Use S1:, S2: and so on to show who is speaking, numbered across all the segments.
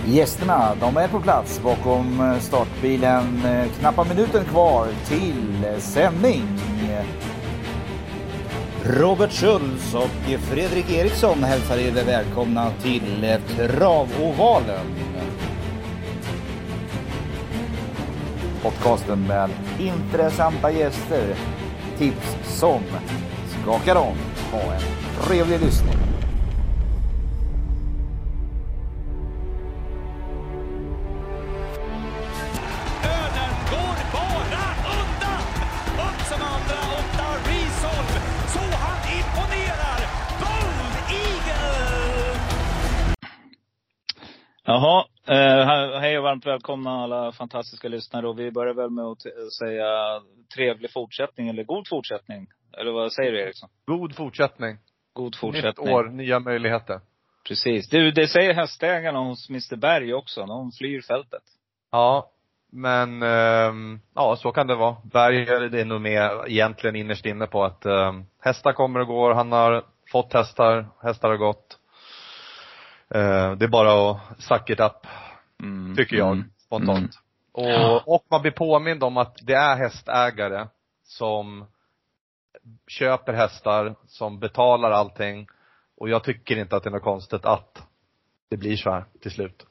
S1: Gästerna, de är på plats bakom startbilen. Knappa minuten kvar till sändning. Robert Schultz och Fredrik Eriksson hälsar er välkomna till Travovalen. Podcasten med intressanta gäster. Tips som skakar om. Ha en trevlig lyssning.
S2: Jaha, hej och varmt välkomna alla fantastiska lyssnare. Och vi börjar väl med att säga trevlig fortsättning eller god fortsättning. Eller vad säger du, Eriksson?
S3: God fortsättning.
S2: God fortsättning.
S3: Nytt år, nya möjligheter.
S2: Precis. Det säger hästägarna hos Mr. Berg också. De flyr fältet.
S3: Ja, men ja, så kan det vara. Berg är nog med egentligen innerst inne på att hästar kommer och går. Han har fått hästar har gått. Det är bara att suck it up, tycker jag, spontant. Och man blir påmind om att det är hästägare som köper hästar, som betalar allting. Och jag tycker inte att det är något konstigt att det blir så här till slut.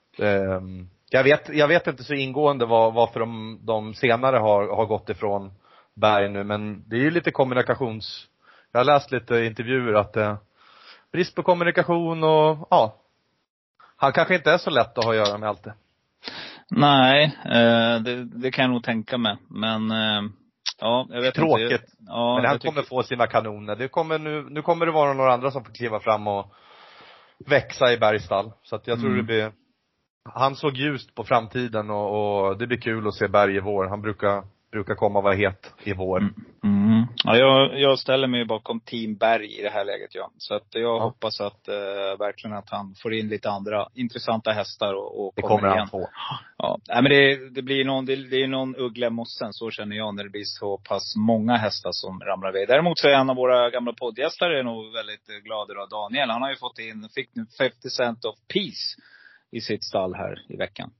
S3: Jag vet inte så ingående varför de senare har gått ifrån Berg nu. Men det är ju lite kommunikations... Jag har läst lite intervjuer att brist på kommunikation och ja. Han kanske inte är så lätt att ha att göra med allt det.
S2: Nej, det kan jag nog tänka mig. Men ja, jag vet
S3: tråkigt.
S2: Inte. Ja,
S3: men han kommer få sina kanoner. Nu kommer det vara några andra som får kliva fram och växa i Bergstall. Så att jag tror det blir... Han såg ljust på framtiden och det blir kul att se Berg i vår. Han brukar komma och vara het i vår.
S2: Ja, jag ställer mig bakom Team Berg i det här läget, ja. Så att jag hoppas att verkligen att han får in lite andra intressanta hästar och
S3: det kommer
S2: igen.
S3: Han få.
S2: Ja, men det blir någon uggla mossen, så känner jag, när det blir så pass många hästar som ramlar vid. Däremot så är en av våra gamla poddgäster nog väldigt glad idag, Daniel. Han har ju fick nu 50% of peace i sitt stall här i veckan.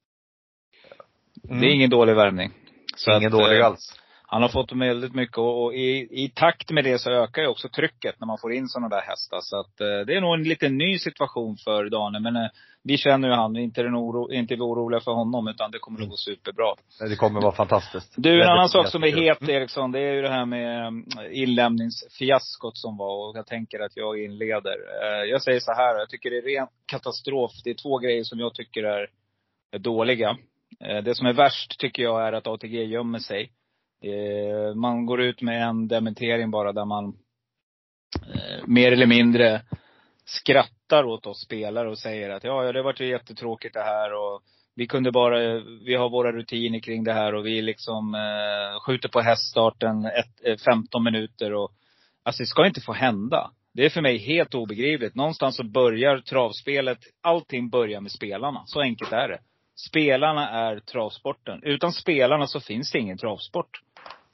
S2: Det är ingen dålig värvning.
S3: Så ingen dålig alls.
S2: Han har fått väldigt mycket och i takt med det så ökar ju också trycket när man får in sådana där hästar. Så att det är nog en lite ny situation för Daniel. Men vi känner ju han, inte är vi oroliga för honom, utan det kommer att gå superbra.
S3: Det kommer vara fantastiskt.
S2: Du, en annan sak som är het, Eriksson, det är ju det här med inlämningsfiaskot som var. Och jag tänker att jag inleder. Jag säger så här, jag tycker det är ren katastrof. Det är två grejer som jag tycker är dåliga. Det som är värst tycker jag är att ATG gömmer sig. Man går ut med en dementering bara där man mer eller mindre skrattar åt oss spelare och säger att ja, det har varit jättetråkigt det här och vi har våra rutiner kring det här och vi liksom skjuter på häststarten 15 minuter och alltså det ska inte få hända. Det är för mig helt obegripligt. Någonstans så börjar travspelet, allting börjar med spelarna. Så enkelt är det. Spelarna är travsporten. Utan spelarna så finns det ingen travsport.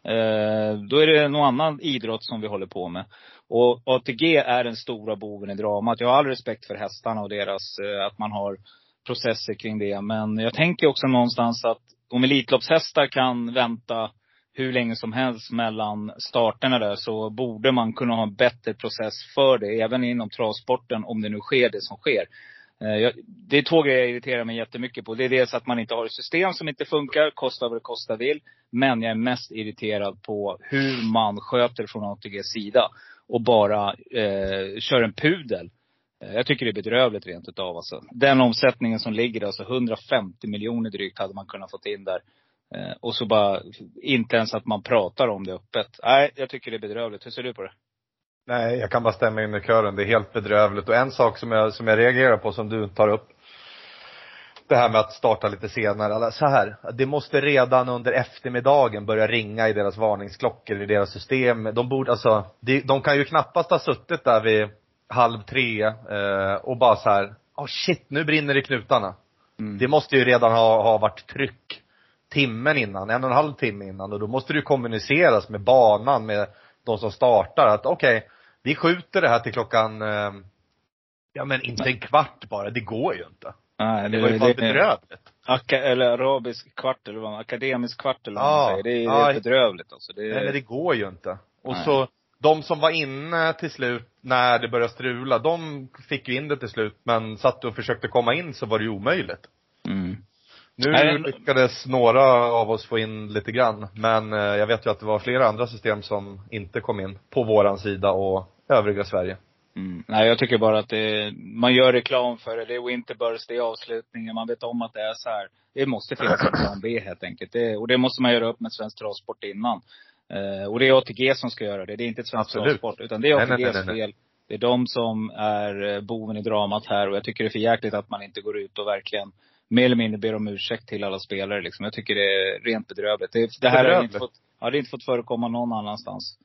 S2: Då är det någon annan idrott som vi håller på med. Och ATG är den stora boven i dramat. Jag har all respekt för hästarna och deras, att man har processer kring det. Men jag tänker också någonstans att om elitloppshästar kan vänta hur länge som helst mellan starterna där, så borde man kunna ha en bättre process för det. Även inom travsporten, om det nu sker det som sker. Det är två grejer jag irriterar mig jättemycket på. Det är dels att man inte har ett system som inte funkar, kostar vad det kostar vill. Men jag är mest irriterad på hur man sköter från ATGs sida och bara kör en pudel. Jag tycker det är bedrövligt rent utav alltså. Den omsättningen som ligger, alltså 150 miljoner drygt hade man kunnat fått in där. Och så bara inte ens att man pratar om det öppet. Nej, jag tycker det är bedrövligt. Hur ser du på det?
S3: Nej, jag kan bara stämma in i kören. Det är helt bedrövligt. Och en sak som jag reagerar på, som du tar upp, det här med att starta lite senare. Så här, det måste redan under eftermiddagen börja ringa i deras varningsklockor, i deras system. De kan ju knappast ha suttit där vid 2:30 och bara så här, shit, nu brinner det i knutarna. Det måste ju redan ha varit tryck timmen innan, 1,5 timme innan. Och då måste det ju kommuniceras med banan, med de som startar, att okej, vi skjuter det här till klockan, ja men inte en kvart bara, det går ju inte.
S2: Nej,
S3: Det var ju fan bedrövligt.
S2: Eller arabisk kvart eller vad, akademisk kvart eller vad man säger. Det är helt bedrövligt alltså.
S3: Nej, men det går ju inte. Och
S2: Nej.
S3: så, de som var inne till slut när det började strula, de fick ju in det till slut. Men satt och försökte komma in så var det ju omöjligt. Nu lyckades några av oss få in lite grann. Men jag vet ju att det var flera andra system som inte kom in på våran sida och övriga Sverige.
S2: Nej, jag tycker bara att man gör reklam för det. Det är Winterburst, det är avslutningen. Man vet om att det är så här. Det måste finnas en plan B helt enkelt. Och det måste man göra upp med Svensk Travsport innan. Och det är ATG som ska göra det. Det är inte ett Svensk Travsport, utan det är ATGs fel. Det är de som är boven i dramat här. Och jag tycker det är för jäkligt att man inte går ut och verkligen mer eller mindre ber om ursäkt till alla spelare liksom. Jag tycker det är rent bedrövligt. Det här har inte fått förekomma någon annanstans.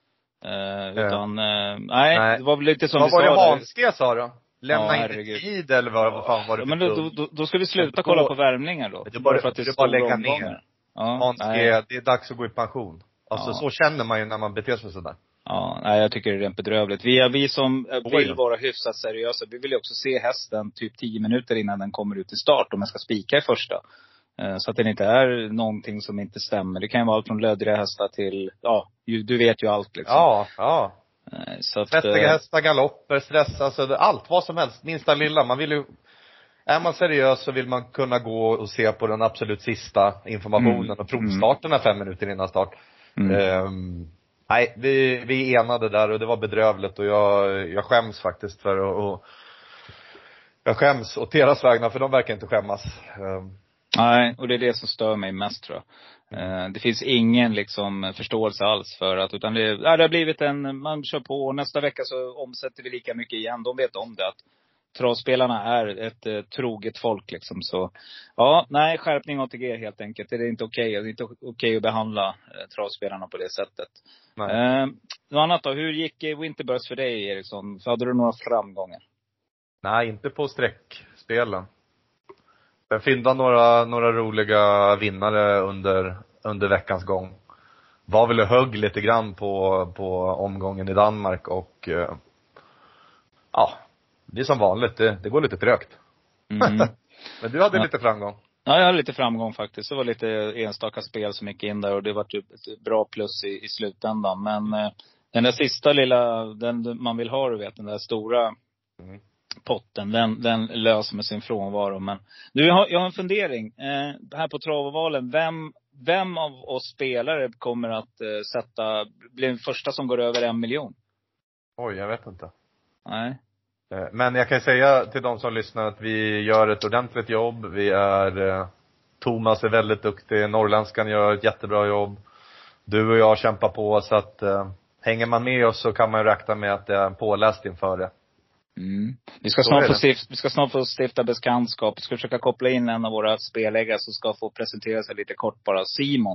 S2: Nej, det var väl lite som
S3: vad
S2: vi sa.
S3: Vad var det Hanske sa då? Lämna inte tid eller vad fan var det?
S2: Men då ska vi sluta kolla på värmningar då.
S3: Det är bara lägga ner. Hanske, det är dags att gå i pension. Alltså så känner man ju när man beter sig sådär.
S2: Ja, nej, jag tycker det är rent bedrövligt. Vi som vill vara hyfsat seriösa, vi vill ju också se hästen typ 10 minuter innan den kommer ut i start. Om man ska spika i första. Så att det inte är någonting som inte stämmer. Det kan ju vara allt från lödriga hästar till, du vet ju allt liksom.
S3: Ja. Svettiga hästar, galopper, stress, alltså allt, vad som helst. Minsta lilla, man vill ju, är man seriös så vill man kunna gå och se på den absolut sista informationen och provstarterna 5 minuter innan start. Nej, vi enade där och det var bedrövligt och jag skäms faktiskt för och jag skäms åt deras vägnar för de verkar inte skämmas.
S2: Nej, och det är det som stör mig mest tror jag. Det finns ingen liksom förståelse alls för att, utan det har blivit man kör på och nästa vecka så omsätter vi lika mycket igen. De vet om det, att travspelarna är ett troget folk liksom. Så skärpning ATG helt enkelt. Det är inte okej. Det är inte okej att behandla travspelarna på det sättet. Något annat då, hur gick Winterburst för dig, Eriksson? Så hade du några framgångar?
S3: Nej, inte på sträckspelen. Jag fyndade några roliga vinnare under veckans gång. Var väl högg lite grann på omgången i Danmark och det är som vanligt, det går lite trögt. Men du hade lite framgång.
S2: Ja, jag hade lite framgång faktiskt. Det var lite enstaka spel som gick in där och det var typ ett bra plus i slutändan. Men den där sista lilla, den man vill ha, du vet, den där stora potten, den löser med sin frånvaro. Men du, jag har en fundering här på Travovalen. Vem av oss spelare kommer att bli den första som går över 1 miljon?
S3: Oj, jag vet inte.
S2: Nej.
S3: Men jag kan säga till de som lyssnar att vi gör ett ordentligt jobb. Thomas är väldigt duktig. Norrländskan gör ett jättebra jobb. Du och jag kämpar på, så att hänger man med oss så kan man ju räkna med att det är påläst inför det.
S2: Vi ska snart få stifta bekantskap. Vi ska försöka koppla in en av våra spelägare som ska få presentera sig lite kort bara, Simon.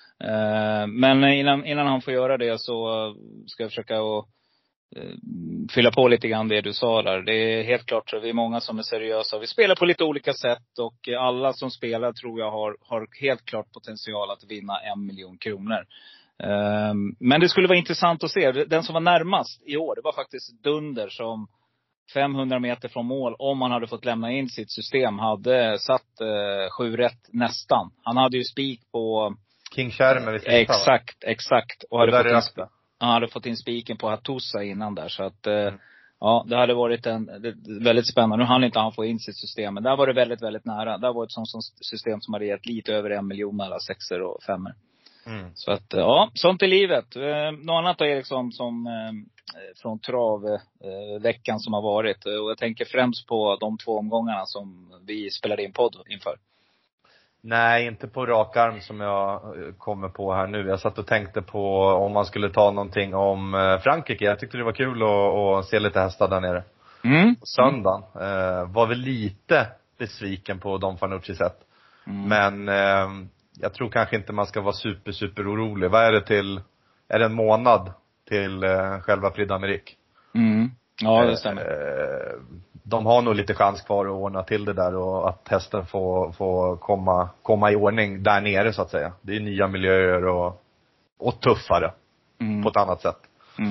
S2: Men innan han får göra det så ska jag försöka att fylla på lite grann det du sa där. Det är helt klart så vi är många som är seriösa. Vi spelar på lite olika sätt och alla som spelar tror jag har helt klart potential att vinna 1 miljon kronor. Men det skulle vara intressant att se. Den som var närmast i år, det var faktiskt Dunder, som 500 meter från mål, om man hade fått lämna in sitt system, hade satt 7 rätt nästan. Han hade ju spik på
S3: King Shermer.
S2: Exakt. Och han hade fått in spiken på Hattusa innan där. Så att det hade varit väldigt spännande. Nu hann inte han få in sitt system, men där var det väldigt, väldigt nära. Där var ett sånt system som hade gett lite över 1 miljon mellan 6 och 5. Så att sånt är livet. Något annat då, Eriksson, som från travveckan som har varit. Och jag tänker främst på de 2 omgångarna som vi spelade in podd inför.
S3: Nej, inte på rak arm som jag kommer på här nu. Jag satt och tänkte på om man skulle ta någonting om Frankrike. Jag tyckte det var kul att se lite hästar där nere. Söndagen. Var väl lite besviken på Don Fanucci sätt. Men jag tror kanske inte man ska vara super orolig. Vad är det till? Är det en månad till själva Prix d'Amérique?
S2: Ja, det stämmer.
S3: De har nog lite chans kvar att ordna till det där och att hästen får komma i ordning där nere så att säga. Det är nya miljöer och tuffare på ett annat sätt.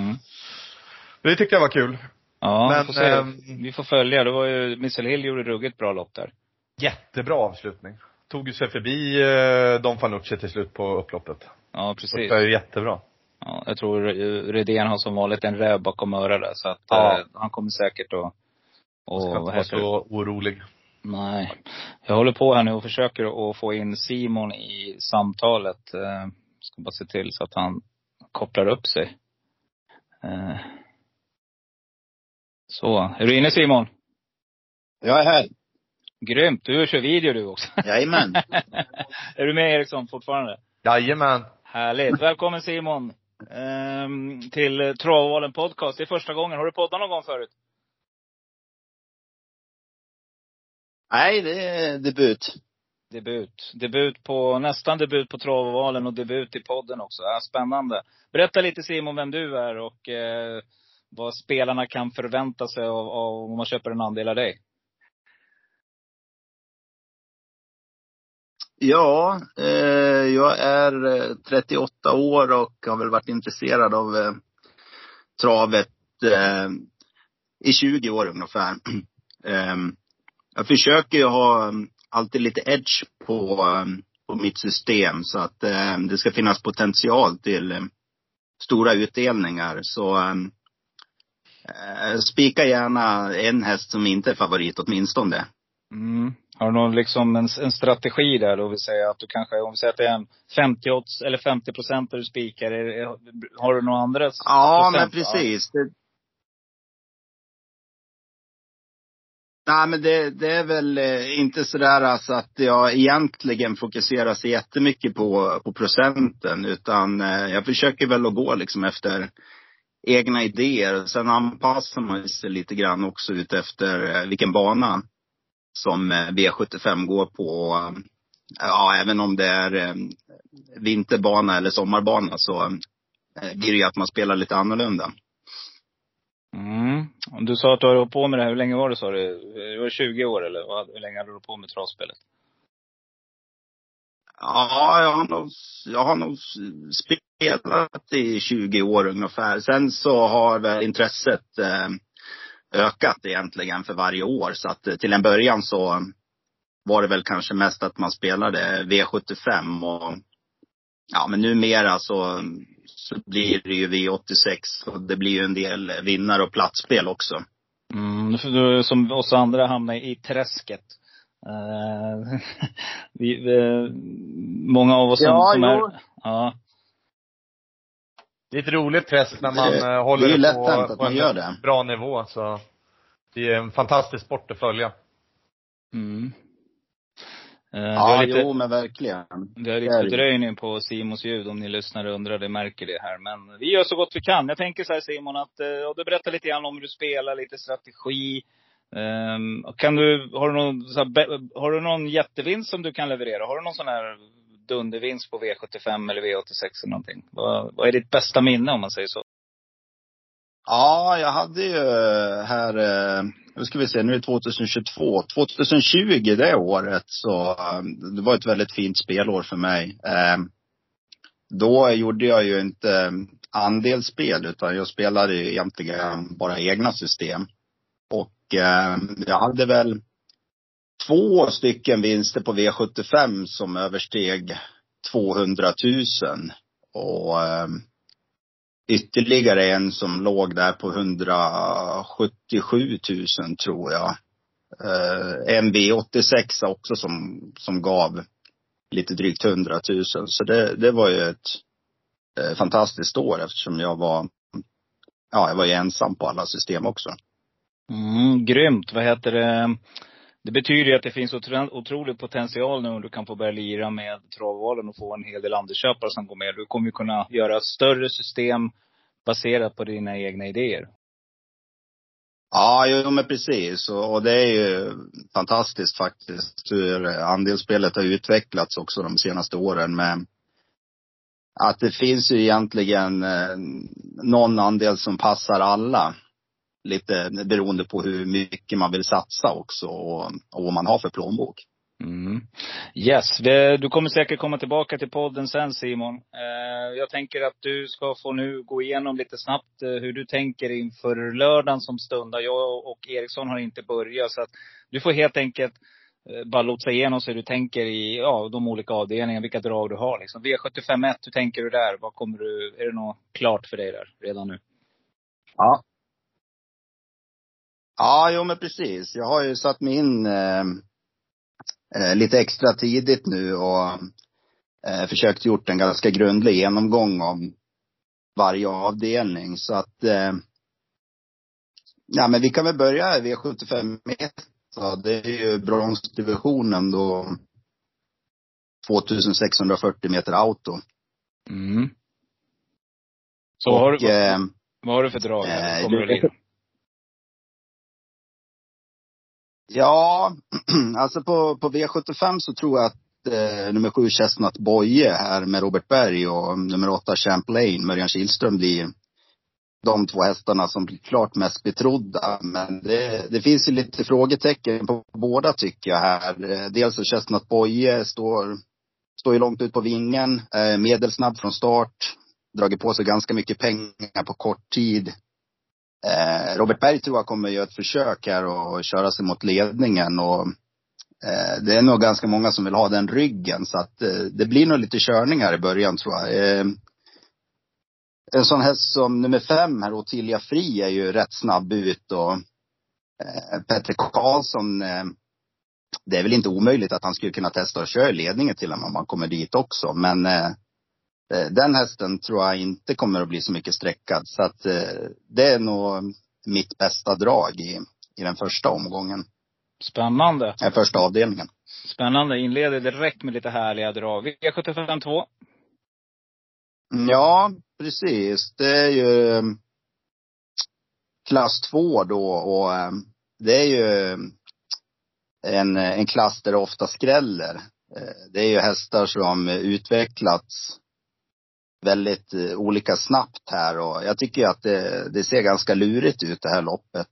S3: Det tyckte jag var kul.
S2: Ja, men vi får följa. Det var ju Missile Hill gjorde ruggigt bra lopp där.
S3: Jättebra avslutning. Tog ju sig förbi Don Fanucci till slut på upploppet.
S2: Ja, precis.
S3: Det är ju jättebra.
S2: Ja, jag tror Redén har som vanligt en räv bakom örat där. Så att han kommer säkert att...
S3: Och ska inte vara så orolig.
S2: Nej. Jag håller på här nu och försöker att få in Simon i samtalet. Ska bara se till så att han kopplar upp sig. Så, är du inne Simon?
S4: Jag är här.
S2: Grymt, du kör video du också.
S4: Jajamän.
S2: Är du med Eriksson fortfarande?
S3: Jajamän.
S2: Härligt, välkommen Simon till Travvalen podcast. Det är första gången, har du poddat någon gång förut?
S4: Nej, det är debut.
S2: Nästan debut på Travvalen och debut i podden också. Spännande. Berätta lite Simon vem du är och vad spelarna kan förvänta sig av om man köper en andel av dig.
S4: Ja, jag är 38 år och har väl varit intresserad av travet i 20 år ungefär. Jag försöker ju ha alltid lite edge på mitt system så att det ska finnas potential till stora utdelningar. Så spika gärna en häst som inte är favorit åtminstone.
S2: Har du någon liksom en strategi där då? Vill säga att du kanske, om vi säger att det är en 50 eller 50% där du spikar, har du några andra?
S4: Ja, men precis. Ja. Nej, men det är väl inte sådär alltså att jag egentligen fokuserar så jättemycket på procenten. Utan jag försöker väl att gå liksom efter egna idéer. Sen anpassar man sig lite grann också ut efter vilken bana som V75 går på. Ja, även om det är vinterbana eller sommarbana så blir det ju att man spelar lite annorlunda.
S2: Du sa att du har hållit på med det här. Hur länge var det, sa du? Det var 20 år eller hur länge har du hållit på med travspelet?
S4: Ja, jag har nog spelat i 20 år ungefär. Sen så har väl intresset ökat egentligen för varje år. Så att till en början så var det väl kanske mest att man spelade V75 och ja, men numera så blir det ju V86 och det blir ju en del vinnare och platsspel också.
S2: Du som oss andra hamnar i träsket. Många av oss som är... Ja.
S3: Det är ett roligt träsk när man håller på en bra nivå. Så det är en fantastisk sport att följa.
S4: Jo men verkligen.
S2: Det är lite fördröjning på Simons ljud om ni lyssnar och undrar, det märker det här. Men vi gör så gott vi kan. Jag tänker så här Simon, att du berättar lite grann om hur du spelar, lite strategi. Har du någon jättevinst som du kan leverera? Har du någon sån här dundervinst på V75 eller V86 eller någonting? Vad är ditt bästa minne om man säger så?
S4: Ja, jag hade ju här, nu ska vi se, nu är det 2022. 2020 det året så det var ett väldigt fint spelår för mig. Då gjorde jag ju inte andelsspel utan jag spelade ju egentligen bara egna system. Och jag hade väl 2 stycken vinster på V75 som översteg 200 000. Och ytterligare en som låg där på 177 000 tror jag. En V86 också som gav lite drygt 100 000. Så det var ju ett fantastiskt år eftersom jag var ju ensam på alla system också.
S2: Grymt. Vad heter det? Det betyder ju att det finns otrolig potential nu om du kan få börja lira med Travvalen och få en hel del andelsköpare som går med. Du kommer ju kunna göra större system baserat på dina egna idéer.
S4: Ja, jo men precis. Och det är ju fantastiskt faktiskt hur andelsspelet har utvecklats också de senaste åren. Men att det finns ju egentligen någon andel som passar alla. Lite beroende på hur mycket man vill satsa också och vad man har för plånbok.
S2: Yes, du kommer säkert komma tillbaka till podden sen Simon. Jag tänker att du ska få nu gå igenom lite snabbt hur du tänker inför lördagen som stundar. Jag och Eriksson har inte börjat så att du får helt enkelt bara lotsa igenom så du tänker i de olika avdelningarna, vilka drag du har liksom. V75-1, hur tänker du där? Vad kommer du, är det något klart för dig där redan nu?
S4: Ja. Ja, jo men precis. Jag har ju satt mig in lite extra tidigt nu och försökt gjort en ganska grundlig genomgång om varje avdelning. Så att ja, men vi kan väl börja i V75-1. Så det är ju bronsdivisionen då, 2640 meter auto.
S2: Mm. Så
S4: och,
S2: vad har du för drag här? Kommer du in?
S4: Ja, alltså på V75 så tror jag att nummer 7 Chestnut Boye här med Robert Berg och nummer 8 Champlain, Mörjan Kihlström, blir de två hästarna som blir klart mest betrodda. Men det finns ju lite frågetecken på båda tycker jag här. Dels så Chestnut Boye står ju långt ut på vingen, medelsnabb från start, dragit på sig ganska mycket pengar på kort tid. Robert Berg tror jag kommer göra ett försök här och köra sig mot ledningen, och det är nog ganska många som vill ha den ryggen, så att det blir nog lite körning här i början tror jag. En sån häst som nummer 5 här, Ottilia Fri, är ju rätt snabb ut, och Petter Karlsson, det är väl inte omöjligt att han skulle kunna testa och köra ledningen till om man kommer dit också, men den hästen tror jag inte kommer att bli så mycket sträckad, så att det är nog mitt bästa drag i den första omgången.
S2: Spännande.
S4: Första avdelningen.
S2: Spännande. Inleder direkt med lite härliga drag. V75-2.
S4: Ja, precis. Det är ju klass 2 då, och det är ju en klass där det ofta skräller. Det är ju hästar som utvecklats väldigt olika snabbt här, och jag tycker att det ser ganska lurigt ut det här loppet.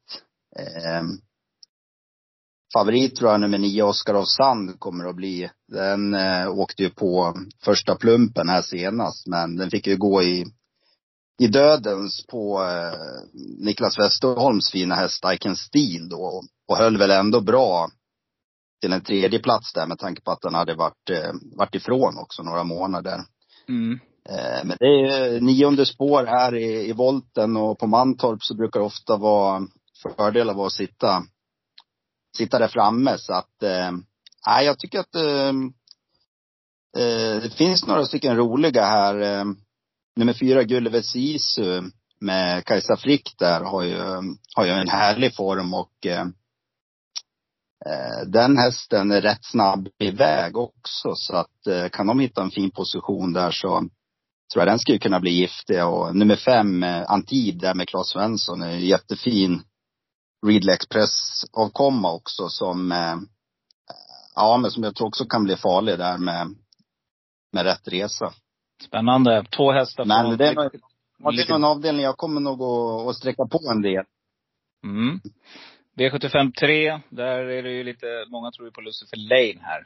S4: Favorit tror jag nummer 9 Oscar of Sand kommer att bli. Den åkte ju på första plumpen här senast, men den fick ju gå i dödens på Niklas Westerholms fina häst I Can Steal då, och höll väl ändå bra till en 3:e plats där, med tanke på att den hade varit ifrån också några månader.
S2: Mm.
S4: Men det är 9:e spår här i volten, och på Mantorp så brukar det ofta vara fördel av att sitta där framme, så att jag tycker att det finns några stycken roliga här. Nummer 4 Gulliver Sisu med Kajsa Frick där har ju en härlig form, och den hästen är rätt snabb iväg också, så att kan de hitta en fin position där så tror jag den skulle kunna bli giftig. Och nummer 5 Antib där med Claes Svensson är jättefin Ridley Express avkomma också, som men som jag tror också kan bli farlig där med rätt resa.
S2: Spännande. 2 hästar.
S4: Men det är någon avdelning jag kommer nog att sträcka på en del.
S2: Mm. V75-3, där är det ju lite, många tror ju på Lucifer Lane här.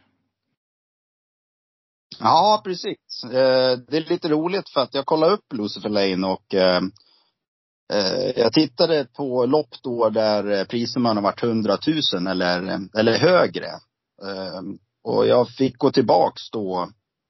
S4: Ja, precis. Det är lite roligt för att jag kollade upp Lucifer Lane, och jag tittade på lopp då där priserna har varit 100 000 eller högre. Och jag fick gå tillbaks då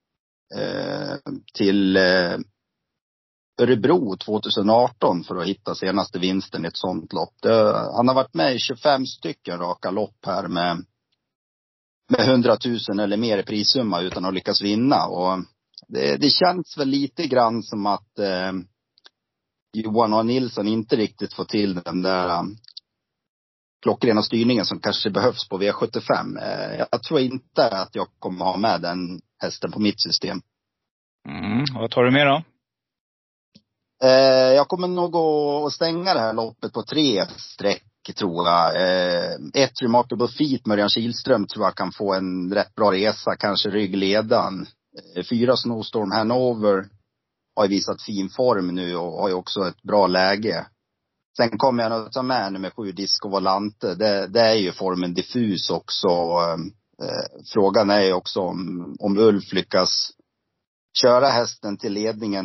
S4: till Örebro 2018 för att hitta senaste vinsten i ett sånt lopp. Han har varit med i 25 stycken raka lopp här med 100 000 eller mer i prissumma utan att lyckas vinna. Och det känns väl lite grann som att Johan och Nilsson inte riktigt får till den där klockrena styrningen som kanske behövs på V75. Jag tror inte att jag kommer ha med den hästen på mitt system.
S2: Vad tar du med då?
S4: Jag kommer nog att stänga det här loppet på 3 streck, tror jag. 1 Remarkable Feat, Mörjan Kihlström, tror jag kan få en rätt bra resa, kanske ryggledan. 4 Snowstorm Hanover har ju visat fin form nu och har ju också ett bra läge. Sen kommer jag att ta med nummer 7 Disco Volante. Det är ju formen diffus också. Frågan är ju också om Ulf lyckas köra hästen till ledningen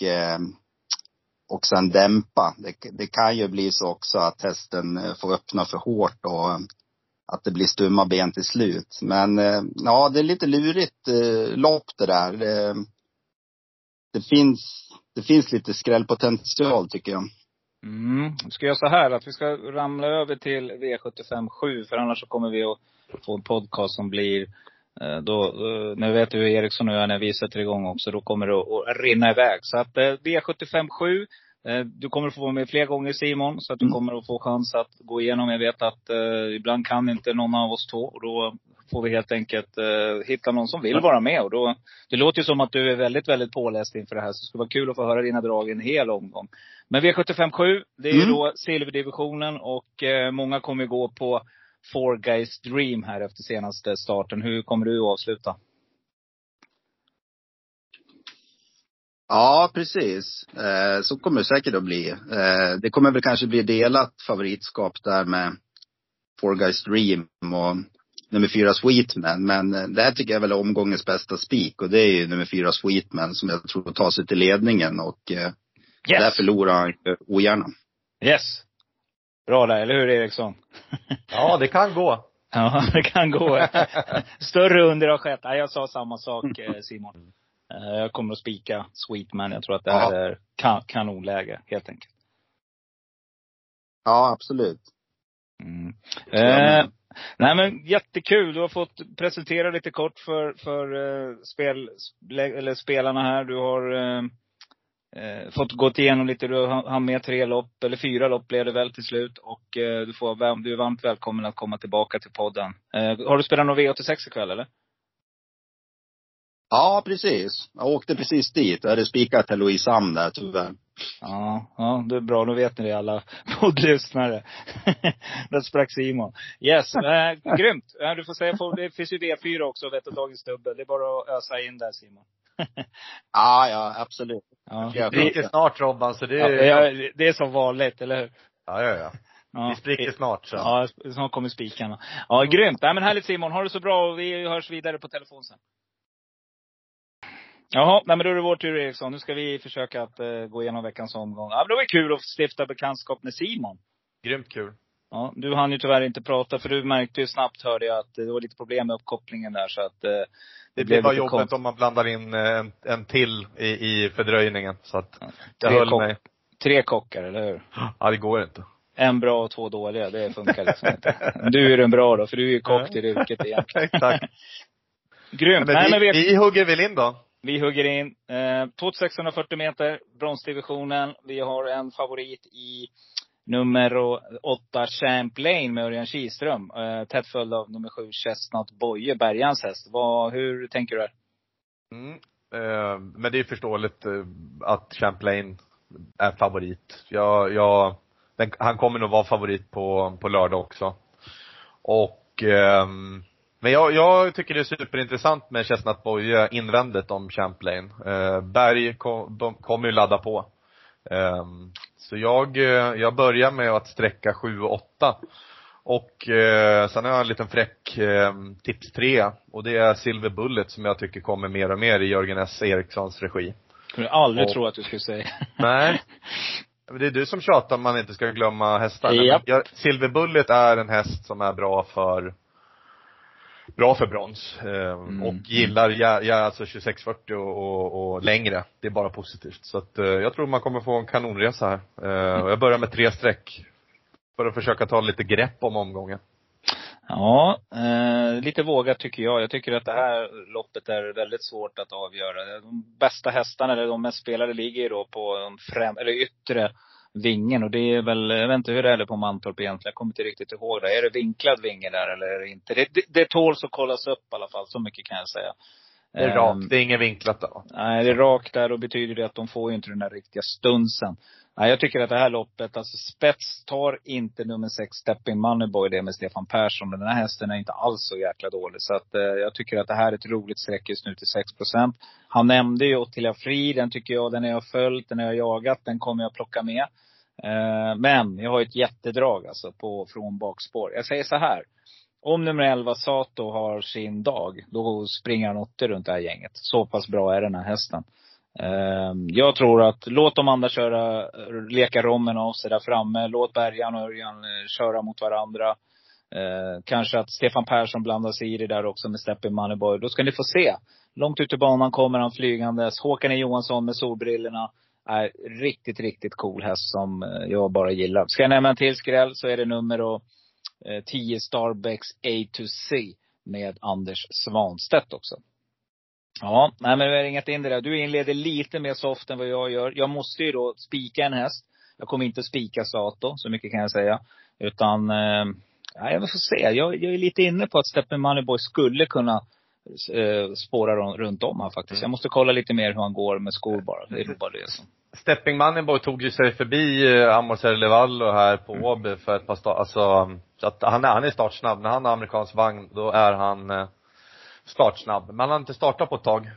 S4: och sen dämpa. Det kan ju bli så också att hästen får öppna för hårt och att det blir stumma ben till slut. Men ja, det är lite lurigt lopp det där. Det finns lite skrällpotential tycker jag.
S2: Vi ska göra så här att vi ska ramla över till V75-7. För annars så kommer vi att få en podcast som blir nu vet du hur Eriksson och jag när vi sätter igång också. Då kommer det att rinna iväg. Så att V75-7, du kommer att få vara med fler gånger Simon. Så att du kommer att få chans att gå igenom. Jag vet att ibland kan inte någon av oss två. Och då får vi helt enkelt hitta någon som vill vara med. Och då, det låter ju som att du är väldigt, väldigt påläst inför det här. Så det ska vara kul att få höra dina drag i en hel omgång. Men V75-7, det är ju då silverdivisionen. Och många kommer gå på Four Guys Dream här efter senaste starten. Hur kommer du att avsluta?
S4: Ja, precis. Så kommer det säkert att bli. Det kommer väl kanske bli delat favoritskap där med Four Guys Dream och nummer 4 Sweetman. Men det här tycker jag väl är omgångens bästa spik. Och det är ju nummer 4 Sweetman som jag tror tar sig till ledningen. Och där förlorar han ogärna.
S2: Yes. Bra där, eller hur Eriksson?
S3: Ja, det kan gå.
S2: Ja, det kan gå. Större under har skett. Ja, jag sa samma sak Simon. Jag kommer att spika Sweetman. Jag tror att det här är kanonläge helt enkelt.
S4: Ja, absolut.
S2: Nej men jättekul. Du har fått presentera lite kort för spelarna här. Du har fått gått igenom lite. Du har med 3 lopp eller 4 lopp blev det väl till slut. Och du är varmt välkommen att komma tillbaka till podden. Har du spelat någon V86 ikväll eller?
S4: Ja, precis. Jag åkte precis dit. Jag hade spikat till Louise Am där tyvärr.
S2: Ja, det är bra. Nu vet ni det alla poddlyssnare. Där sprack Simon. Yes, grymt. Du får säga, det finns ju V4 också, vet du, dagens dubbel. Det är bara att ösa in där Simon.
S4: Ja, absolut.
S3: Ja. Vi spricker snart Robban, så det
S2: är... det är som vanligt, eller hur?
S3: Ja. Vi spricker snart så.
S2: Ja, snart kommer spikarna. Ja, grymt. Nej, men härligt Simon. Ha det så bra och vi hörs vidare på telefon sen. Jaha, nej men då är det vår tur Eriksson. Nu ska vi försöka att gå igenom veckans omgång. Ja, men det var kul att stifta bekantskap med Simon.
S3: Grymt kul.
S2: Ja, du hann ju tyvärr inte prata för du märkte ju snabbt, hörde jag, att det var lite problem med uppkopplingen där. Så att
S3: det blev bara jobbigt om man blandar in en till i fördröjningen. Så att jag höll mig.
S2: 3 kockar, eller hur?
S3: Ja, det går inte.
S2: En bra och 2 dåliga, det funkar liksom inte. Du är den bra då, för du är ju kock till yrket egentligen.
S3: Exakt.
S2: Grymt.
S3: Men vi hugger väl in då?
S2: Vi hugger in 2640 meter, bronsdivisionen. Vi har en favorit i nummer 8 Champlain med Örjan Kihlström. Tätt följd av nummer 7 Chestnut Boye, Bergans häst. Hur tänker du här?
S3: Men det är förståeligt att Champlain är favorit. Han kommer nog vara favorit på lördag också. Och men jag tycker det är superintressant med Chestnut Boye invändet om Champlain. Berg kommer ju ladda på. Så jag börjar med att sträcka 7 och 8. Och sen har jag en liten fräck tips 3. Och det är Silver Bullet som jag tycker kommer mer och mer i Jörgen S. Erikssons regi.
S2: Jag aldrig tro att du skulle säga.
S3: Nej. Det är du som tjatar om man inte ska glömma hästar.
S2: Yep.
S3: Silver Bullet är en häst som är bra för brons. Och gillar alltså 2640 och längre. Det är bara positivt. Så att jag tror man kommer få en kanonresa här. Och jag börjar med 3 streck. För att försöka ta lite grepp om omgången.
S2: Ja, lite vågat tycker jag. Jag tycker att det här loppet är väldigt svårt att avgöra. De bästa hästarna, eller de mest spelade, ligger då på de yttre vingen. Och det är väl, jag vet inte hur det är på Mantorp egentligen. Jag kommer inte riktigt ihåg det. Är det vinklad vinge där eller är det inte? Det tåls att kollas upp i alla fall. Så mycket kan jag säga.
S3: Det är rakt, det är ingen vinklat då.
S2: Nej, det är rakt där och betyder det att de får ju inte den där riktiga stunsen. Nej, jag tycker att det här loppet, alltså spets tar inte nummer 6 Stepping Moneyboy det med Stefan Persson. Men den här hästen är inte alls så jäkla dålig. Så att jag tycker att det här är ett roligt streck just nu till 6%. Han nämnde ju Ottilia Fri, den tycker jag, den har jag följt, den har jag jagat, den kommer jag plocka med. Men jag har ett jättedrag alltså från bakspår. Jag säger så här. Om nummer 11 Sato har sin dag, då springer han 80 runt det här gänget. Så pass bra är den här hästen. Jag tror att låt de andra leka rommen av sig där framme. Låt Bergan och Örjan köra mot varandra. Kanske att Stefan Persson blandar sig i det där också med Stepping Moneyboy. Då ska ni få se. Långt ut i banan kommer han flygandes. Håkan Johansson med solbrillorna. Är riktigt, riktigt cool häst som jag bara gillar. Ska jag nämna en till skräll så är det nummer 10 Starbucks A to C med Anders Svanstedt också. Ja, nej men vi har inget in det där. Du inleder lite mer soft än vad jag gör. Jag måste ju då spika en häst. Jag kommer inte spika Sato, så mycket kan jag säga. Utan, jag får se. Jag är lite inne på att Stepping Moneyboy skulle kunna spåra runt om här faktiskt. Jag måste kolla lite mer hur han går med skor bara. Det är bara det som.
S3: Stepping Moneyboy tog ju sig förbi Amorcer Levallo här på Åby för ett par så att han är startsnabb. När han har amerikansk vagn, då är han startsnabb. Men han har inte startat på ett tag.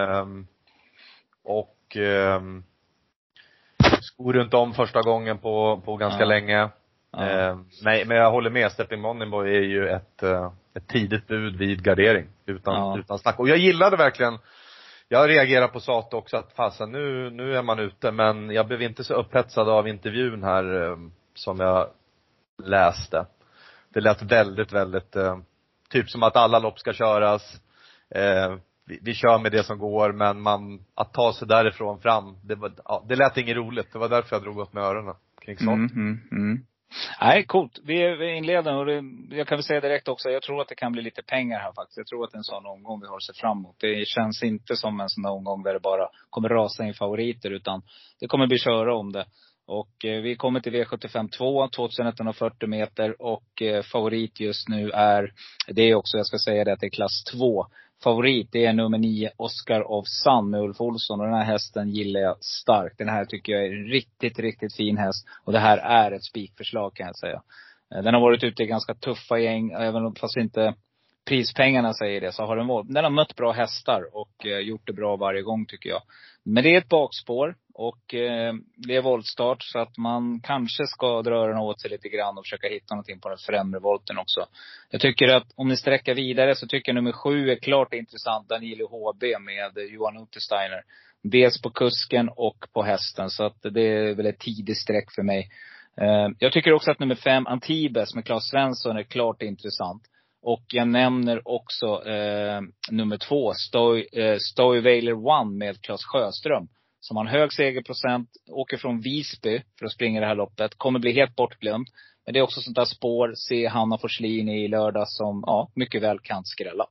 S3: Skor runt om första gången på ganska länge. Nej, men jag håller med. Stepping Moneyboy är ju ett tidigt bud vid gardering. Utan snack. Och jag gillade verkligen. Jag reagerar på Sato också att fasen, nu är man ute. Men jag blev inte så upphetsad av intervjun här som jag läste. Det lät väldigt, väldigt typ som att alla lopp ska köras. Vi kör med det som går, men att ta sig därifrån fram, det lät inget roligt. Det var därför jag drog åt med öronen kring sånt.
S2: Nej, coolt. Vi inleder och jag kan väl säga direkt också, jag tror att det kan bli lite pengar här faktiskt. Jag tror att det är en sån omgång vi har sett fram emot. Det känns inte som en sån omgång där det bara kommer rasa in favoriter, utan det kommer bli köra om det. Och vi kommer till V75 2, 2140 meter. Och favorit just nu det är också, jag ska säga det, att det är klass 2. Favorit, det är nummer 9, Oscar of Sun med Ulf Olsson. Och den här hästen gillar jag starkt. Den här tycker jag är en riktigt, riktigt fin häst. Och det här är ett spikförslag, kan jag säga. Den har varit ute i ganska tuffa gäng. Även fast inte prispengarna säger det, så har den har mött bra hästar och gjort det bra varje gång, tycker jag. Men det är ett bakspår och det är voltstart, så att man kanske ska dra den åt sig lite grann och försöka hitta någonting på den främre volten också. Jag tycker att om ni sträcker vidare så tycker jag nummer 7 är klart intressant, Danilo HB med Johan Untersteiner. Dels på kusken och på hästen, så att det är väl ett tidigt sträck för mig. Jag tycker också att nummer 5 Antibes med Claes Svensson är klart intressant. Och jag nämner också nummer 2 Stoy Veiler One med Claes Sjöström. Som har en hög segerprocent. Åker från Visby för att springa det här loppet. Kommer bli helt bortglömd. Men det är också sånt där spår. Se Hanna Forslin i lördag som mycket väl kan skrälla.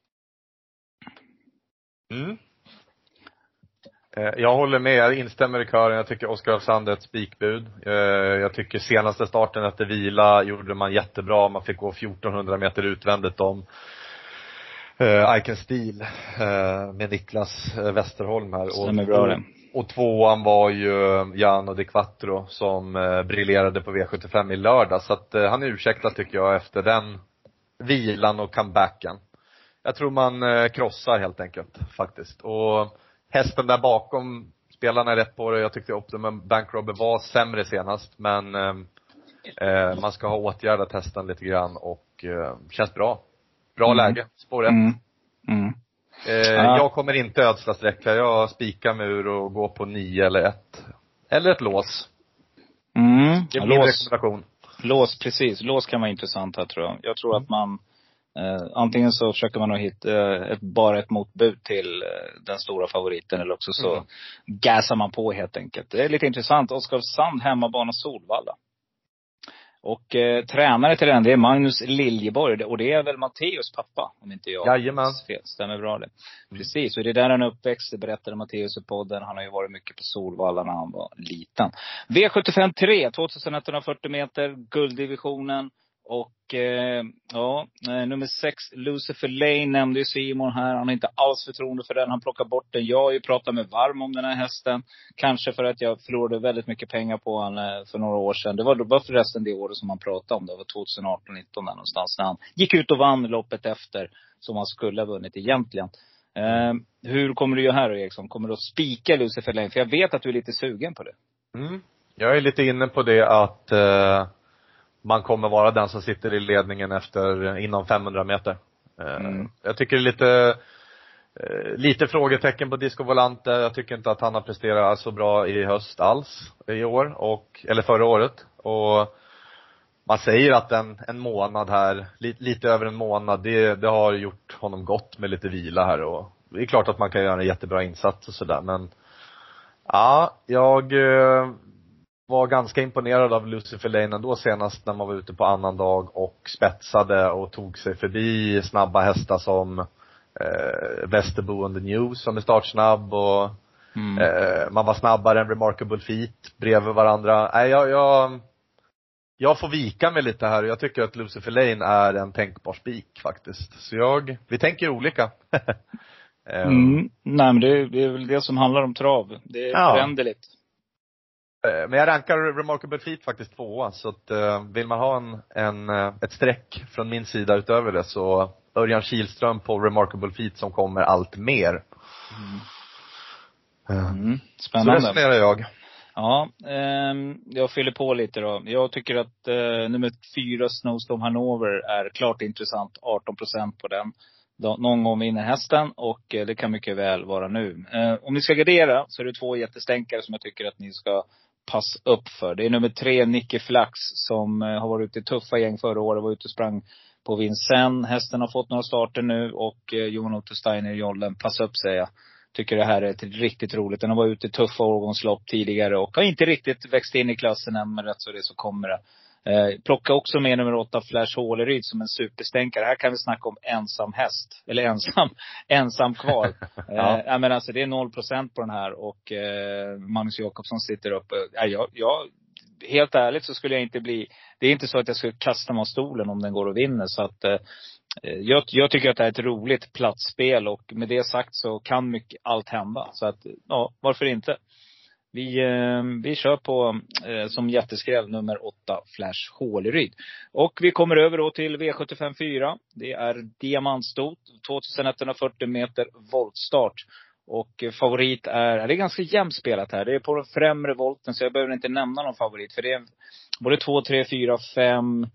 S3: Jag håller med, jag instämmer i kören. Jag tycker Oscar Sand är ett spikbud. Jag tycker senaste starten efter vila gjorde man jättebra. Man fick gå 1400 meter utvändigt om I Can Steal med Niklas Westerholm här. Och tvåan var ju Jan och De Quattro som briljerade på V75 i lördag. Så att han är ursäktad, tycker jag, efter den vilan och comebacken. Jag tror man krossar helt enkelt faktiskt. Och hästen där bakom, spelarna är rätt på det. Jag tyckte Optimum Bank Robber var sämre senast. Men man ska ha åtgärdat hästen lite grann. Och känns bra. Bra läge, spår 1. Jag kommer inte ödsla sträcka. Jag spikar mig ur och går på 9 eller 1. Eller ett lås. Det blir en rekommendation.
S2: Lås, precis. Lås kan vara intressant här, tror jag. Jag tror att man antingen så försöker man att hitta bara ett motbud till den stora favoriten, eller också så gasar man på helt enkelt. Det är lite intressant. Oskarshamn, hemmabana Solvalla. Och tränare till den, det är Magnus Liljeborg. Och det är väl Matteus pappa, om inte jag.
S3: Jajamän.
S2: Stämmer bra det. Precis, och det är där han är uppväxt. Det berättade Matteus i podden. Han har ju varit mycket på Solvalla när han var liten. V75 3, 2140 meter, gulddivisionen. Och nummer 6 Lucifer Lane nämnde ju Simon här. Han har inte alls förtroende för den. Han plockar bort den. Jag har ju pratat med varm om den här hästen. Kanske för att jag förlorade väldigt mycket pengar på han för några år sedan. Det var förresten det året som han pratade om. Det var 2018-19 någonstans, när han gick ut och vann loppet efter, som han skulle ha vunnit egentligen. Hur kommer du göra här, Eriksson? Kommer du att spika Lucifer Lane? För jag vet att du är lite sugen på det.
S3: Jag är lite inne på det att man kommer vara den som sitter i ledningen inom 500 meter. Jag tycker det är lite frågetecken på Disco Volante. Jag tycker inte att han har presterat så bra i höst alls i år, eller förra året. Och man säger att en månad här, lite över en månad, det har gjort honom gott med lite vila här. Och det är klart att man kan göra en jättebra insats och sådär. Men ja, jag var ganska imponerad av Lucifer Lane ändå senast när man var ute på annan dag och spetsade och tog sig förbi snabba hästar som Västerbo and the News som är startsnabb och man var snabbare än Remarkable Feet bredvid varandra. Nej, jag får vika mig lite här och jag tycker att Lucifer Lane är en tänkbar spik faktiskt. Så vi tänker olika.
S2: Nej, men det är väl det som handlar om trav. Det är föränderligt.
S3: Men jag rankar Remarkable Feet faktiskt 2. Så att, vill man ha ett streck från min sida utöver det, så Örjan Kihlström på Remarkable Feet som kommer allt mer.
S2: Spännande.
S3: Så resonerar jag.
S2: Ja, jag fyller på lite då. Jag tycker att nummer 4 Snowstorm Hanover är klart intressant. 18% på den. Någon gång vinner hästen och det kan mycket väl vara nu. Om ni ska gardera så är det 2 jättestänkare som jag tycker att ni ska passa upp för. Det är nummer 3 Nicky Flax som har varit ute i tuffa gäng förra året. Var ute och sprang på Vincennes. Hästen har fått några starter nu och Johan Otto Steiner i jollen. Passa upp, säger jag. Tycker det här är riktigt roligt. Den har varit ute i tuffa årgångslopp tidigare och har inte riktigt växt in i klassen än, men rätt så det så kommer det. Plocka också med nummer 8 Flash Håleryd som en superstänkare. Här kan vi snacka om ensam häst. Eller ensam kvar. Ja. Men alltså det är 0% på den här. Och Magnus Jakobsson sitter uppe. Jag helt ärligt så skulle jag inte bli. Det är inte så att jag skulle kasta mig av stolen om den går och vinner. Så att jag tycker att det är ett roligt platsspel. Och med det sagt så kan mycket allt hända. Så att ja, varför inte? Vi kör på som jätteskräll nummer 8 Flash Håleryd. Och vi kommer över då till V75-4. Det är diamantstot, 2140 meter voltstart. Och favorit det är ganska jämnt spelat här. Det är på den främre volten, så jag behöver inte nämna någon favorit. För det är både 2, 3, 4, 5,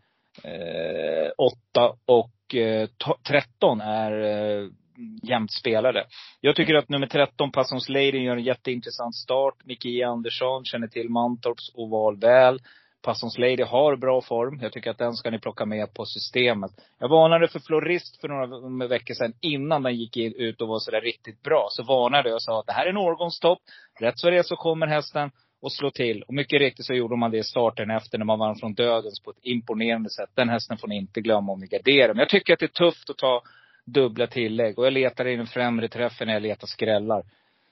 S2: 8 och 13 är jämnt spelade. Jag tycker att nummer 13 Passons Lady gör en jätteintressant start. Micke Andersson känner till Mantorps oval väl. Passons Lady har bra form. Jag tycker att den ska ni plocka med på systemet. Jag varnade för Florist för några veckor sedan innan den gick ut och var så där riktigt bra. Så varnade jag och sa att det här är en årgångstopp. Rätt så det så kommer hästen och slå till. Och mycket riktigt så gjorde man det i starten efter när man vann från dödens på ett imponerande sätt. Den hästen får ni inte glömma om ni garderar. Men jag tycker att det är tufft att ta dubbla tillägg. Och jag letar i den främre träffen när jag letar skrällar.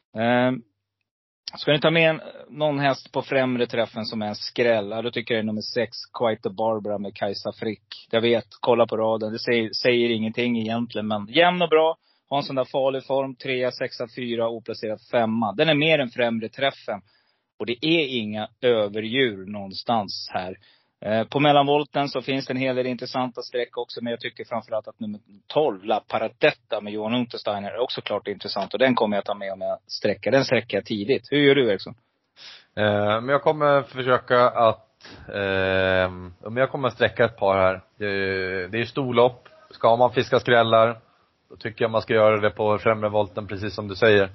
S2: Ska ni ta med någon häst på främre träffen som är en skräll? Då tycker jag det är nummer 6 Quite the Barbara med Kajsa Frick. Jag vet, kolla på raden. Det säger ingenting egentligen. Men jämn och bra. Har en sån där farlig form. 3, 6, 4, oplacerad 5. Den är mer än främre träffen. Och det är inga överdjur någonstans här. På mellanvolten så finns det en hel del intressanta streck också. Men jag tycker framförallt att nummer 12 La Paradetta med Johan Untersteiner är också klart intressant. Och den kommer jag ta med om jag sträcker. Den sträcker jag tidigt. Hur gör du, Eriksson?
S3: Men jag kommer försöka att jag kommer sträcka ett par här. Det är ju storlopp. Ska man fiska skrällar, då tycker jag man ska göra det på främre volten, precis som du säger.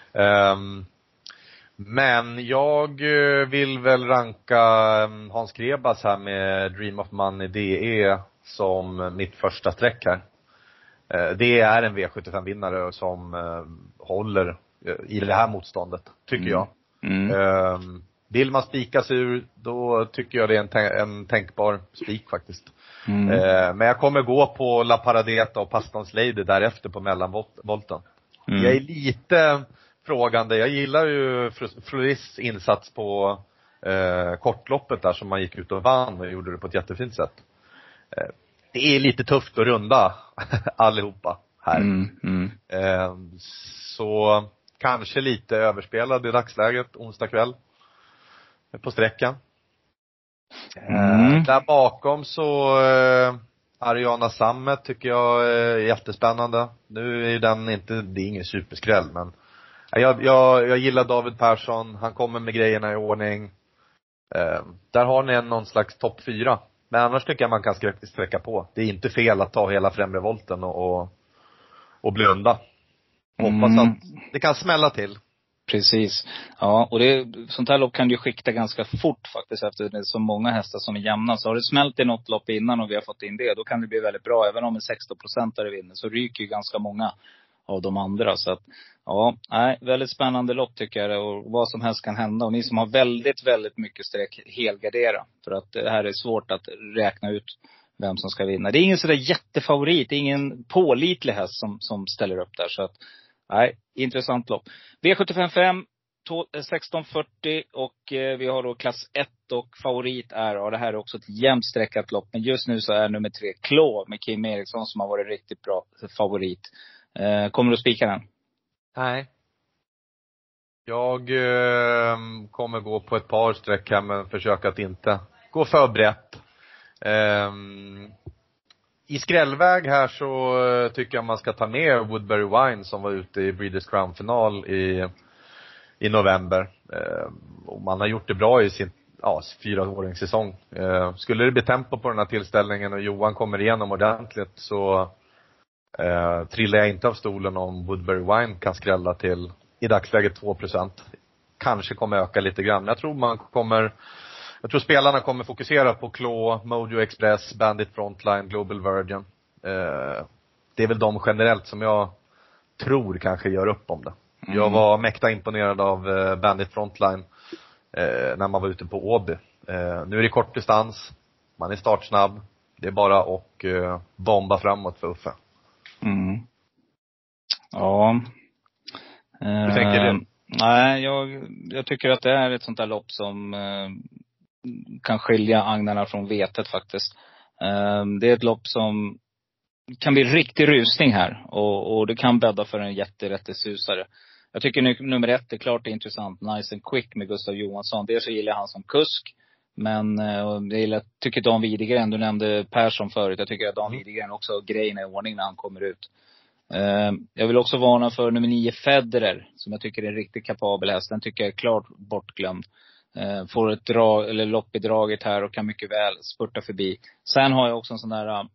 S3: Men jag vill väl ranka Hans Krebas här med Dream of Money DE som mitt första streck här. Det är en V75-vinnare som håller i det här motståndet, tycker jag. Vill man spika sig ur, då tycker jag det är en tänkbar spik faktiskt. Men jag kommer gå på La Paradeta och Passons Lady därefter på mellanvolten. Jag är lite frågande. Jag gillar ju Floris insats på kortloppet där som man gick ut och vann och gjorde det på ett jättefint sätt. Det är lite tufft att runda allihopa här. Så kanske lite överspelad i dagsläget onsdag kväll på sträckan. Där bakom så Ariana Sammet tycker jag är jättespännande. Nu är den inte, det är ingen superskräll, men jag gillar David Persson. Han kommer med grejerna i ordning. Där har ni någon slags topp 4. Men annars tycker jag man kan sträcka på. Det är inte fel att ta hela främre volten och blunda. Hoppas att det kan smälla till.
S2: Precis. Ja, och sånt här lopp kan du ju skikta ganska fort faktiskt, efter det är så många hästar som är jämna. Så har det smält i något lopp innan och vi har fått in det, då kan det bli väldigt bra. Även om en 16% vinner så ryker ju ganska många av de andra. Så att, ja, väldigt spännande lopp tycker jag det, och vad som helst kan hända. Och ni som har väldigt, väldigt mycket streck, helgardera. För att det här är svårt att räkna ut vem som ska vinna. Det är ingen sådär jättefavorit. Det är ingen pålitlig häst som ställer upp där. Så att, intressant lopp. V75 1640 och vi har då klass 1 och favorit är, och det här är också ett jämnt sträckat lopp. Men just nu så är nummer 3 Claw med Kim Eriksson som har varit riktigt bra favorit. Kommer du spika den?
S3: Nej. Jag kommer gå på ett par streck här, men försöka att inte gå för brett. I skrällväg här så tycker jag man ska ta med Woodbury Wine som var ute i Breeders Crown-final i november. Och man har gjort det bra i sin 4-åringssäsong. Skulle det bli tempo på den här tillställningen och Johan kommer igenom ordentligt, så trillar jag inte av stolen om Woodbury Wine kan skrälla till i dagsläget 2%. Kanske kommer öka lite grann. Jag tror spelarna kommer fokusera på Claw, Mojo Express, Bandit Frontline, Global Virgin. Det är väl de generellt som jag tror kanske gör upp om det. Jag var mäkta imponerad av Bandit Frontline när man var ute på Åby. Nu är det kort distans. Man är startsnabb. Det är bara att bomba framåt för Uffe.
S2: Ja.
S3: Hur tänker du?
S2: Nej, jag tycker att det är ett sånt där lopp som kan skilja agnarna från vetet faktiskt. Det är ett lopp som kan bli riktig rusning här. Och det kan bädda för en jätterättesusare. Jag tycker nummer 1 är klart intressant. Nice and Quick med Gustav Johansson. Det så gillar han som kusk. Men jag tycker Dan Widegren, du nämnde Persson förut. Jag tycker att Dan Widegren också har grejerna i ordning när han kommer ut. Jag vill också varna för nummer 9 Federer, som jag tycker är en riktigt kapabel häst. Den tycker jag är klart bortglömd. Får ett lopp i draget här och kan mycket väl spurta förbi. Sen har jag också en sån där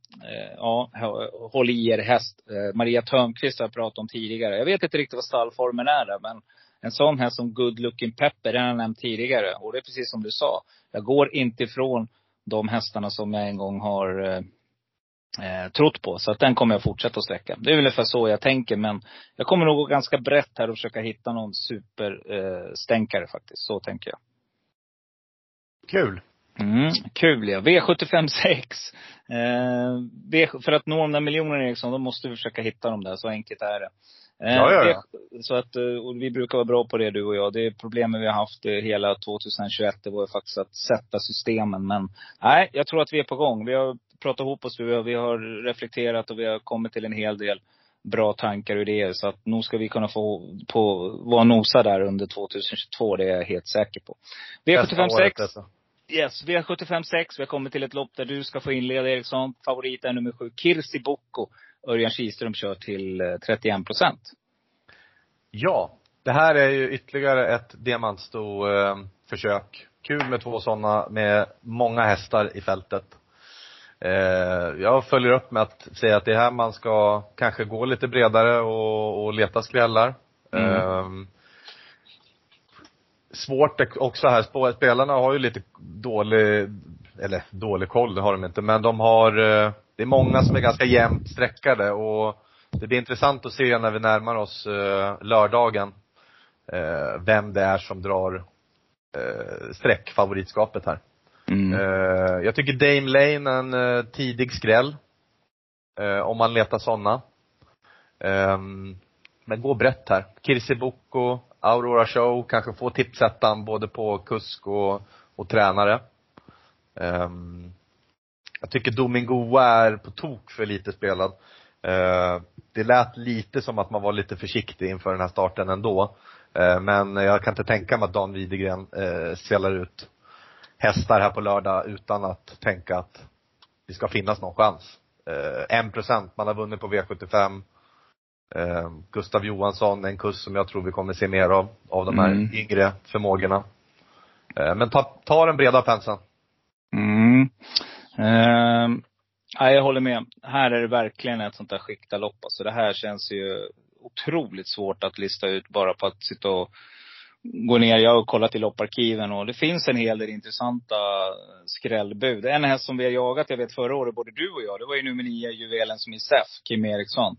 S2: håll i er häst, Maria Törnqvist har jag pratat om tidigare. Jag vet inte riktigt vad stallformen är där, men en sån häst som Good Looking Pepper, den har jag nämnt tidigare. Och det är precis som du sa, jag går inte ifrån de hästarna som jag en gång har trott på. Så att den kommer jag fortsätta att sträcka. Det är väl ungefär så jag tänker. Men jag kommer nog gå ganska brett här och försöka hitta någon superstänkare faktiskt. Så tänker jag.
S3: Kul.
S2: Kul, ja. V75 6. För att nå de där miljonerna, Eriksson, då måste vi försöka hitta dem där. Så enkelt är det.
S3: Ja.
S2: Så att, och vi brukar vara bra på det, du och jag. Det är problemet vi har haft hela 2021. Det var ju faktiskt att sätta systemen. Men nej, jag tror att vi är på gång. Vi har pratat ihop oss, vi har reflekterat och vi har kommit till en hel del bra tankar och idéer. Så att nu ska vi kunna få vara nosa där under 2022. Det är jag helt säker på. V75 6. Yes, V75 6. Vi har kommit till ett lopp där du ska få inleda, Eriksson. Favorit är nummer 7 Kirsi Bocco. Örjan Kihlström kör till 31%.
S3: Ja, det här är ju ytterligare ett diamantsto-försök. Kul med 2 sådana med många hästar i fältet. Jag följer upp med att säga att det är här man ska kanske gå lite bredare och leta skrällar. Svårt också här. Spelarna har ju lite dålig koll, det har de inte. Men de har, det är många som är ganska jämnt sträckade. Och det blir intressant att se när vi närmar oss lördagen vem det är som drar sträckfavoritskapet här. Jag tycker Dame Lane en tidig skräll. Om man letar sådana. Men gå brett här. Kirsi Bocco, Aurora Show, kanske få tipsettan både på kusk och tränare. Jag tycker Domingo är på tok för lite spelad. Det lät lite som att man var lite försiktig inför den här starten ändå. Men jag kan inte tänka mig att Dan Widegren spelar ut hästar här på lördag utan att tänka att det ska finnas någon chans. 1%, man har vunnit på V75. Gustav Johansson, en kurs som jag tror vi kommer se mer av de här yngre förmågorna. Men ta den breda penseln. Jag håller med. Här är det verkligen ett sånt där skiktalopp. Alltså det här känns ju
S2: otroligt svårt att lista ut bara på att sitta och gå ner. Jag har kollat i lopparkiven och det finns en hel del intressanta skrällbud. En häst som vi har jagat, jag vet förra året, både du och jag, det var ju nummer 9, Juvelen som ISF, Kim Eriksson.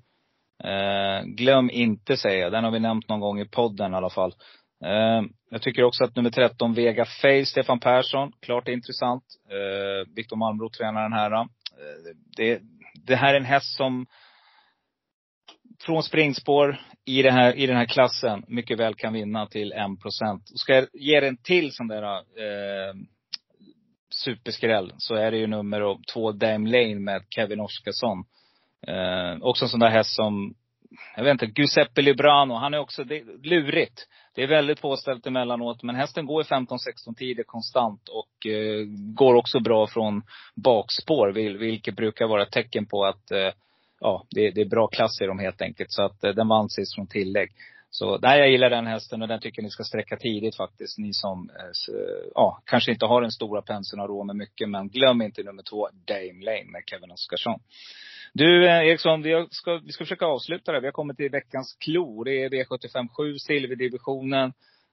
S2: Glöm inte säga, den har vi nämnt någon gång i podden i alla fall. Jag tycker också att nummer 13, Vega Face, Stefan Persson, klart intressant. Viktor Malmro tränar den här. Det här är en häst som från springspår i den här klassen mycket väl kan vinna till 1%. Ska jag ge den till sån där superskräll, så är det ju nummer 2, Dame Lane med Kevin Oskarsson. Också en sån där häst som, jag vet inte, Giuseppe Librano, han är också lurigt. Det är väldigt påställt emellanåt, men hästen går i 15-16 tider konstant och går också bra från bakspår, vilket brukar vara ett tecken på att det är bra klass i dem helt enkelt. Så att den vann sist från tillägg. Så där jag gillar den hästen och den tycker ni ska sträcka tidigt faktiskt. Ni som kanske inte har den stora penseln och rå med mycket, men glöm inte nummer 2, Dame Lane med Kevin Oskarsson. Du Eriksson, vi ska försöka avsluta det. Vi har kommit till veckans klo. Det är V75-7, silverdivisionen.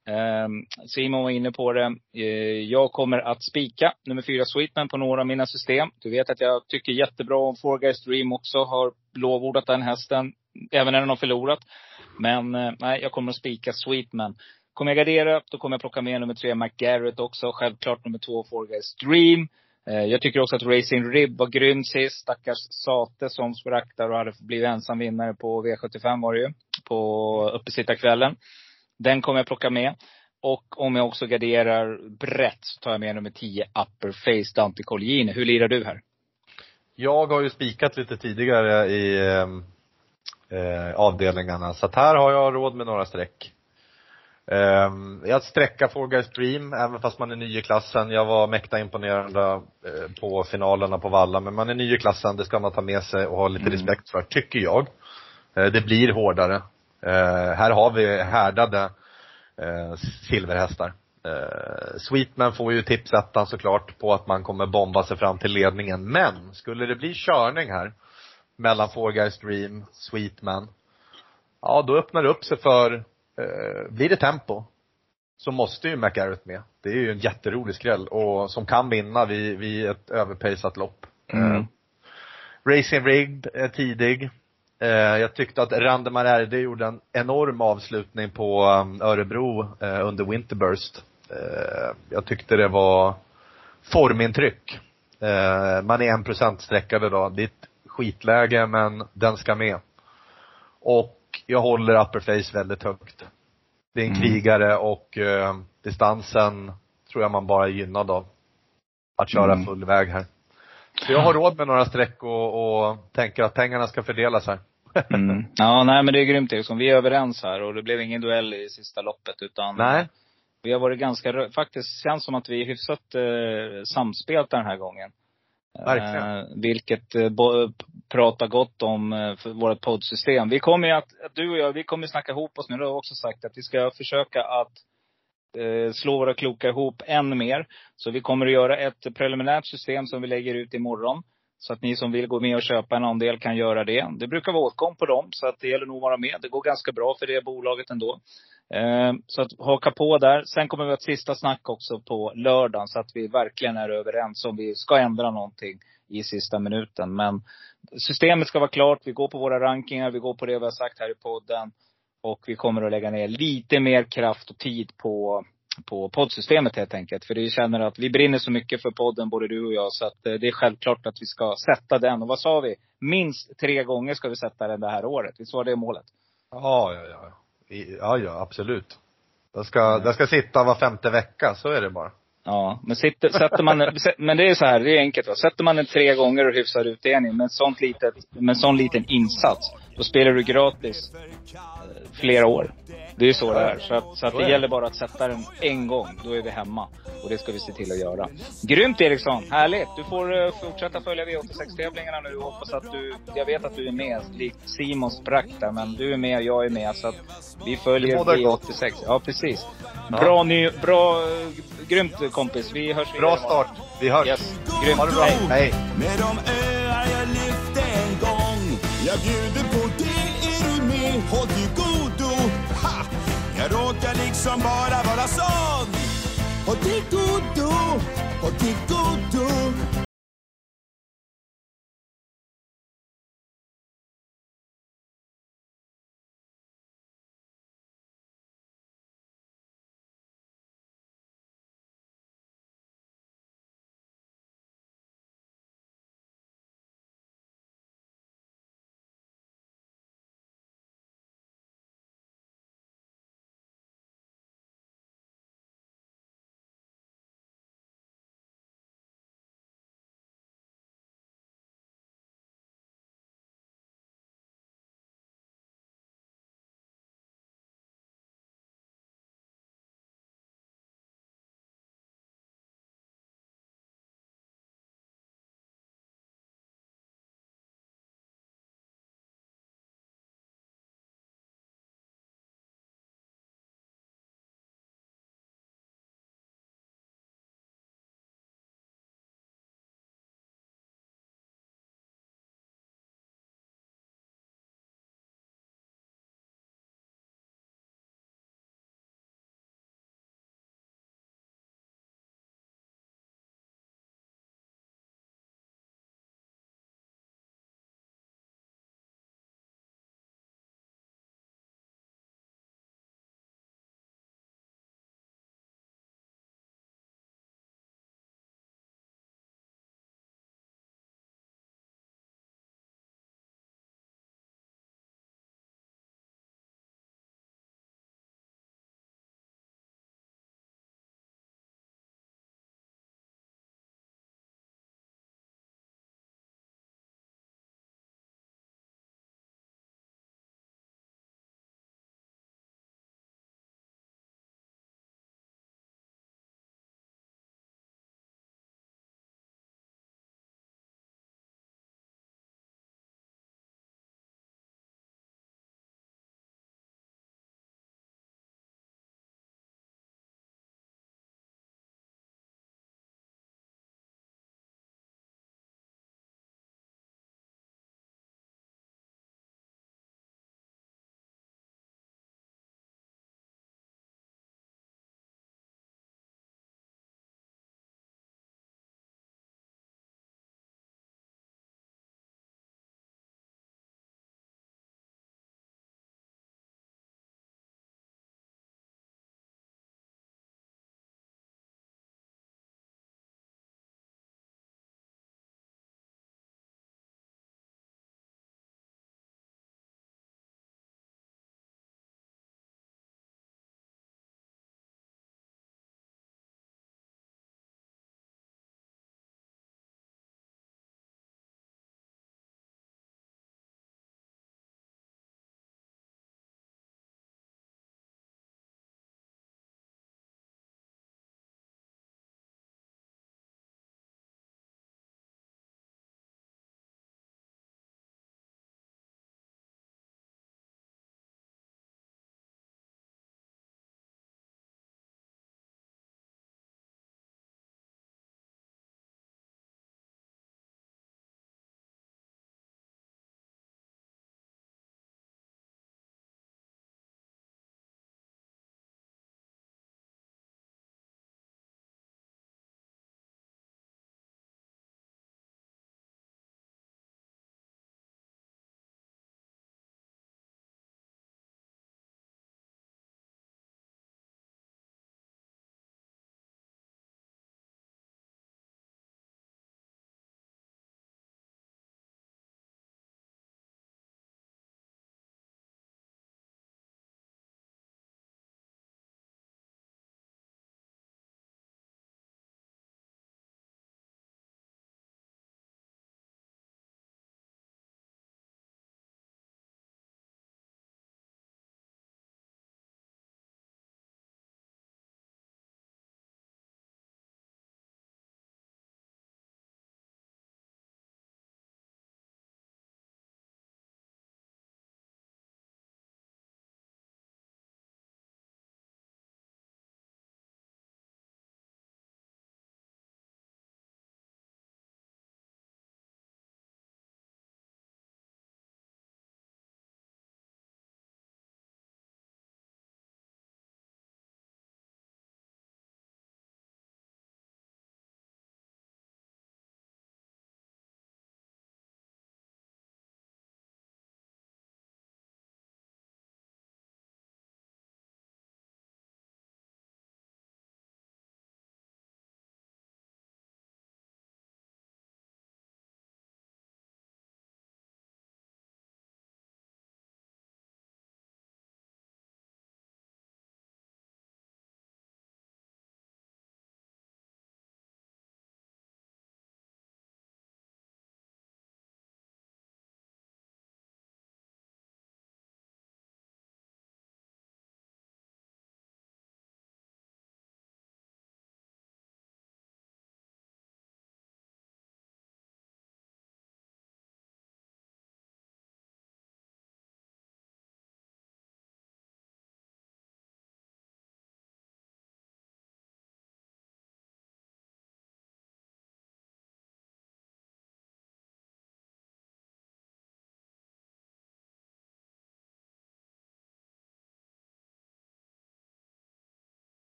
S2: Simon var inne på det. Jag kommer att spika nummer 4, Sweetman, på några av mina system. Du vet att jag tycker jättebra om Four Guys Dream också. Har lovordat den hästen, även när den har förlorat. Men nej, jag kommer att spika Sweetman. Kommer jag gardera, då kommer jag plocka med nummer 3, McGarrett också. Självklart nummer 2, Four Guys Dream. Jag tycker också att Racing Rib var grym sist. Stackars Sate som sprack där och hade blivit ensam vinnare på V75 var det ju. På uppesittarkvällen. Den kommer jag plocka med. Och om jag också garderar brett så tar jag med nummer 10, Upper Face, Dante Colgjini. Hur lirar du här? Jag har ju spikat lite tidigare i avdelningarna. Så att här har jag råd med några streck. Jag sträckar Four Guys Dream, även fast man är ny i klassen. Jag var mäkta imponerande på finalerna på Valla. Men man är ny i klassen, det ska man ta med sig och ha lite respekt för, tycker jag. Det blir hårdare. Här har vi härdade silverhästar. Sweetman får ju tipsettan såklart på att man kommer bomba sig fram till ledningen. Men skulle det bli körning här mellan Four Guys Dream, Sweetman, ja då öppnar det upp sig för blir det tempo så måste ju McGarrett med. Det är ju en jätterolig skräll och som kan vinna vid ett överpejsat lopp. Racing Rig är tidig. Jag tyckte att Randemar Erde gjorde en enorm avslutning på Örebro under Winterburst. Jag tyckte det var formintryck. Man är 1% sträckade då. Det är ett skitläge, men den ska med. Och jag håller Upper Face väldigt högt. Det är en krigare och distansen tror jag man bara är gynnad av. Att köra full väg här. Så jag har råd med några streck och tänker att pengarna ska fördelas här. Ja, nej men det är grymt Eriksson. Vi är överens här och det blev ingen duell i sista loppet utan nej. Vi har varit ganska, faktiskt känns som att vi är hyfsat samspelt den här gången. Vilket pratar gott om för vårt poddsystem. Vi kommer att du och jag, vi kommer snacka ihop oss nu. Du har också sagt att vi ska försöka att slå våra kloka ihop än mer. Så vi kommer att göra ett preliminärt system som vi lägger ut imorgon. Så att ni som vill gå med och köpa en andel kan göra det. Det brukar vara åtgång på dem, så att det gäller nog att vara med. Det går ganska bra för det bolaget ändå. Så att haka på där. Sen kommer vi att sista snack också på lördagen. Så att vi verkligen är överens om vi ska ändra någonting i sista minuten. Men systemet ska vara klart. Vi går på våra rankingar. Vi går på det vi har sagt här i podden. Och vi kommer att lägga ner lite mer kraft och tid på poddsystemet helt enkelt. För vi känner att vi brinner så mycket för podden, både du och jag. Så att det är självklart att vi ska sätta den. Och vad sa vi? Minst 3 gånger ska vi sätta den det här året. Visst var det målet? Ja, absolut. Det ska sitta var 5:e vecka, så är det bara. Ja, men sätter man, men det är så här, det är enkelt va. Sätter man den 3 gånger och hyfsar utdelning med en sån liten insats, då spelar du gratis flera år. Det är så det är. Så att det gäller bara att sätta den en gång, då är vi hemma. Och det ska vi se till att göra. Grymt Eriksson, härligt. Du får fortsätta följa V86-tävlingarna nu. Hoppas att jag vet att du är med. Likt Simon sprack där, men du är med, jag är med. Så att vi följer V86. Ja, precis. Ja. Bra, grymt kompis. Vi hörs vidare. Bra start, vi hörs. Yes. Grymt, ha det bra. Hej. Med de öar jag lyfte en gång, jag
S5: jag bjuder på det, är du med? Håll till godo. Ha! Jag råkar liksom bara vara sån. Håll till godo, håll till godo.